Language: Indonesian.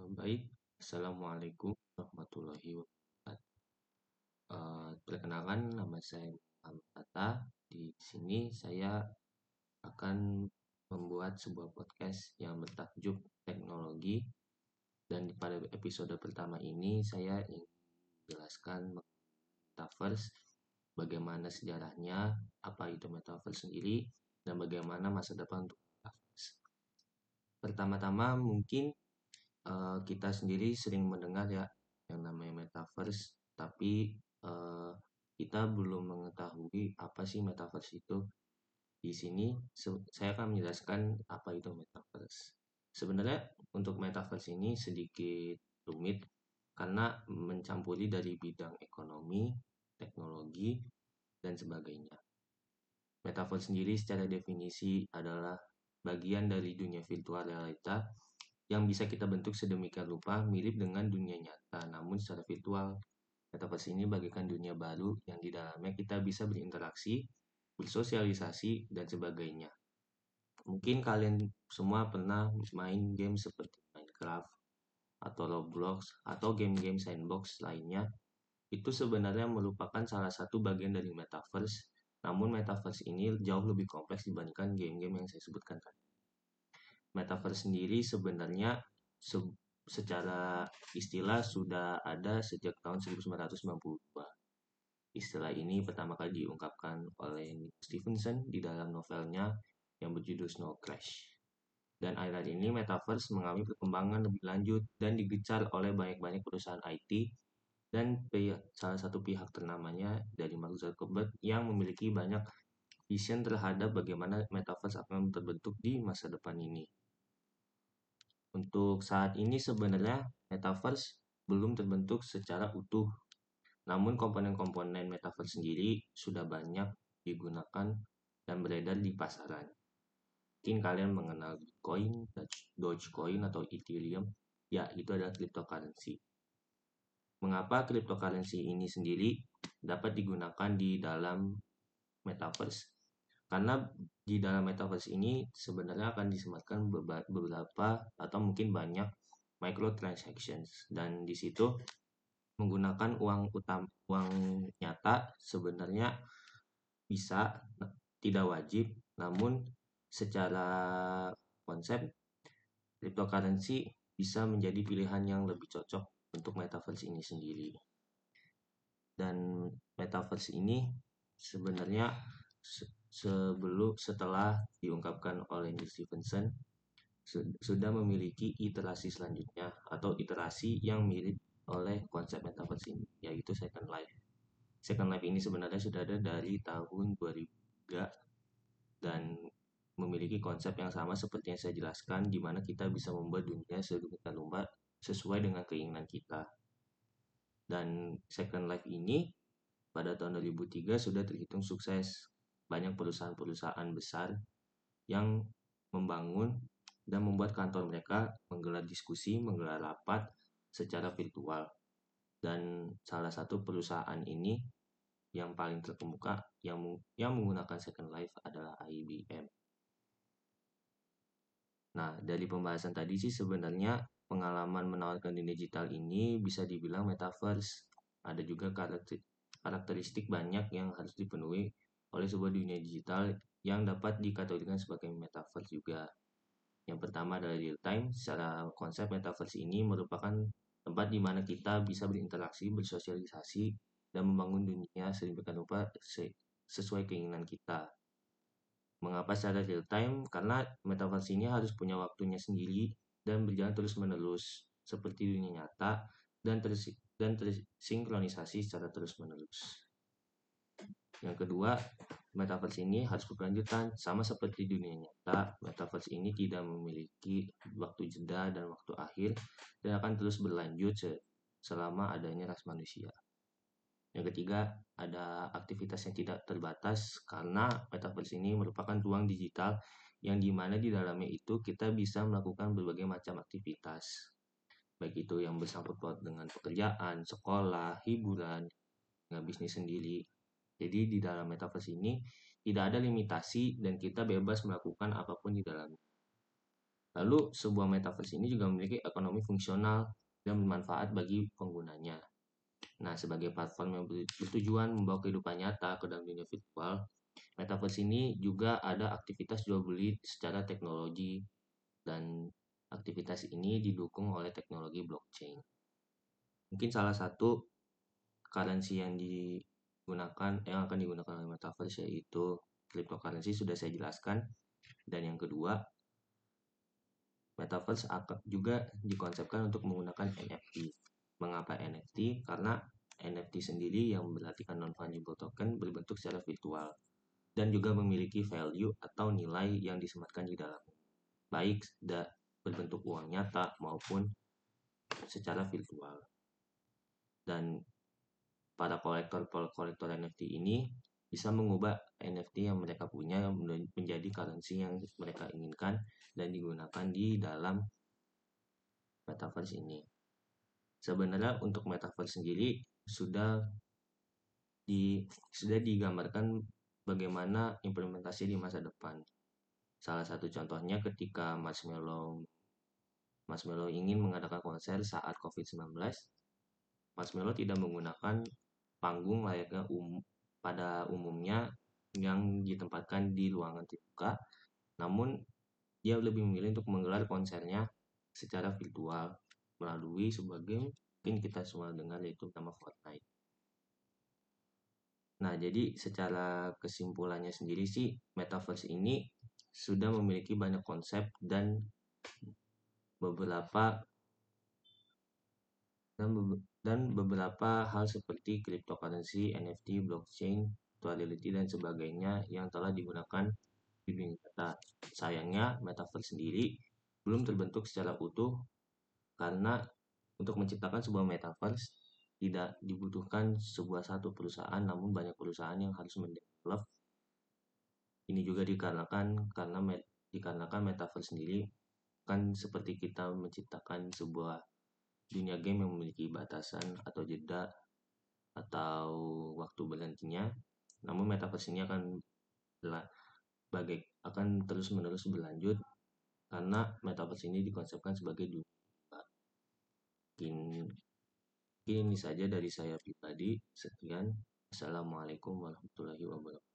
Baik, Assalamualaikum warahmatullahi wabarakatuh. Perkenalkan, nama saya Muhammad Hatta. Di sini saya akan membuat sebuah podcast yang bertajuk teknologi. Dan pada episode pertama ini saya ingin menjelaskan metaverse, bagaimana sejarahnya, apa itu metaverse sendiri, dan bagaimana masa depan untuk metaverse. Pertama-tama mungkin kita sendiri sering mendengar ya yang namanya metaverse, tapi kita belum mengetahui apa sih metaverse itu. Di sini saya akan menjelaskan apa itu metaverse. Sebenarnya untuk metaverse ini sedikit rumit karena mencampuri dari bidang ekonomi, teknologi, dan sebagainya. Metaverse sendiri secara definisi adalah bagian dari dunia virtual realita yang bisa kita bentuk sedemikian rupa mirip dengan dunia nyata, namun secara virtual. Metaverse ini bagaikan dunia baru yang di dalamnya kita bisa berinteraksi, bersosialisasi, dan sebagainya. Mungkin kalian semua pernah main game seperti Minecraft, atau Roblox, atau game-game sandbox lainnya. Itu sebenarnya merupakan salah satu bagian dari metaverse, namun metaverse ini jauh lebih kompleks dibandingkan game-game yang saya sebutkan tadi. Metaverse sendiri sebenarnya secara istilah sudah ada sejak tahun 1992. Istilah ini pertama kali diungkapkan oleh Nick Stephenson di dalam novelnya yang berjudul Snow Crash. Dan akhir-akhir ini Metaverse mengalami perkembangan lebih lanjut dan digecar oleh banyak-banyak perusahaan IT dan salah satu pihak ternamanya dari Mark Zuckerberg yang memiliki banyak vision terhadap bagaimana Metaverse akan terbentuk di masa depan ini. Untuk saat ini sebenarnya Metaverse belum terbentuk secara utuh, namun komponen-komponen Metaverse sendiri sudah banyak digunakan dan beredar di pasaran. Mungkin kalian mengenal Bitcoin, Dogecoin, atau Ethereum. Ya, itu adalah cryptocurrency. Mengapa cryptocurrency ini sendiri dapat digunakan di dalam Metaverse? Karena di dalam Metaverse ini sebenarnya akan disematkan beberapa atau mungkin banyak microtransactions, dan di situ menggunakan uang nyata sebenarnya bisa, tidak wajib, namun secara konsep cryptocurrency bisa menjadi pilihan yang lebih cocok untuk metaverse ini sendiri. Dan metaverse ini sebenarnya setelah diungkapkan oleh Neil Stephenson sudah memiliki iterasi selanjutnya atau iterasi yang mirip oleh konsep metaverse ini, yaitu Second Life. Second Life ini sebenarnya sudah ada dari tahun 2003 dan memiliki konsep yang sama seperti yang saya jelaskan, di mana kita bisa membuat dunia sedemikian rupa sesuai dengan keinginan kita. Dan Second Life ini pada tahun 2003 sudah terhitung sukses. Banyak perusahaan-perusahaan besar yang membangun dan membuat kantor mereka menggelar diskusi, menggelar rapat secara virtual. Dan salah satu perusahaan ini yang paling terkemuka yang menggunakan Second Life adalah IBM. Nah, dari pembahasan tadi sih sebenarnya pengalaman menawarkan dunia digital ini bisa dibilang metaverse. Ada juga karakteristik banyak yang harus dipenuhi oleh sebuah dunia digital yang dapat dikategorikan sebagai metaverse juga. Yang pertama adalah real time. Secara konsep metaverse ini merupakan tempat di mana kita bisa berinteraksi, bersosialisasi, dan membangun dunia sedemikian rupa sesuai keinginan kita. Mengapa secara real time? Karena metaverse ini harus punya waktunya sendiri dan berjalan terus-menerus seperti dunia nyata dan tersinkronisasi secara terus-menerus. Yang kedua, metaverse ini harus berkelanjutan. Sama seperti dunia nyata, metaverse ini tidak memiliki waktu jeda dan waktu akhir dan akan terus berlanjut selama adanya ras manusia. Yang ketiga, ada aktivitas yang tidak terbatas karena metaverse ini merupakan ruang digital yang dimana di dalamnya itu kita bisa melakukan berbagai macam aktivitas. Baik itu yang bersangkut paut dengan pekerjaan, sekolah, hiburan, dengan bisnis sendiri. Jadi di dalam metaverse ini tidak ada limitasi dan kita bebas melakukan apapun di dalamnya. Lalu sebuah metaverse ini juga memiliki ekonomi fungsional dan bermanfaat bagi penggunanya. Nah, sebagai platform yang bertujuan membawa kehidupan nyata ke dalam dunia virtual, metaverse ini juga ada aktivitas jual beli secara teknologi dan aktivitas ini didukung oleh teknologi blockchain. Mungkin salah satu currency yang akan digunakan oleh metaverse yaitu cryptocurrency sudah saya jelaskan. Dan yang kedua, metaverse akan juga dikonsepkan untuk menggunakan NFT. Mengapa NFT? Karena NFT sendiri yang berartikan non-fungible token berbentuk secara virtual dan juga memiliki value atau nilai yang disematkan di dalam, baik berbentuk uang nyata maupun secara virtual. Dan para kolektor NFT ini bisa mengubah NFT yang mereka punya menjadi currency yang mereka inginkan dan digunakan di dalam metaverse ini. Sebenarnya untuk metaverse sendiri sudah digambarkan bagaimana implementasi di masa depan. Salah satu contohnya ketika Marshmello ingin mengadakan konser saat COVID-19, Marshmello tidak menggunakan panggung layaknya pada umumnya yang ditempatkan di ruangan terbuka, namun dia lebih memilih untuk menggelar konsernya secara virtual melalui sebuah game mungkin kita semua dengar yaitu nama Fortnite. Nah, jadi secara kesimpulannya sendiri sih, metaverse ini sudah memiliki banyak konsep dan beberapa beberapa hal seperti cryptocurrency, NFT, blockchain, virtual reality dan sebagainya yang telah digunakan di dunia nyata. Sayangnya, metaverse sendiri belum terbentuk secara utuh karena untuk menciptakan sebuah metaverse tidak dibutuhkan sebuah satu perusahaan, namun banyak perusahaan yang harus mendevelop. Ini juga dikarenakan metaverse sendiri kan seperti kita menciptakan sebuah dunia game yang memiliki batasan atau jeda atau waktu berhentinya. Namun metaverse ini akan terus-menerus berlanjut karena metaverse ini dikonsepkan sebagai dunia. Mungkin ini saja dari saya pribadi. Sekian. Assalamualaikum warahmatullahi wabarakatuh.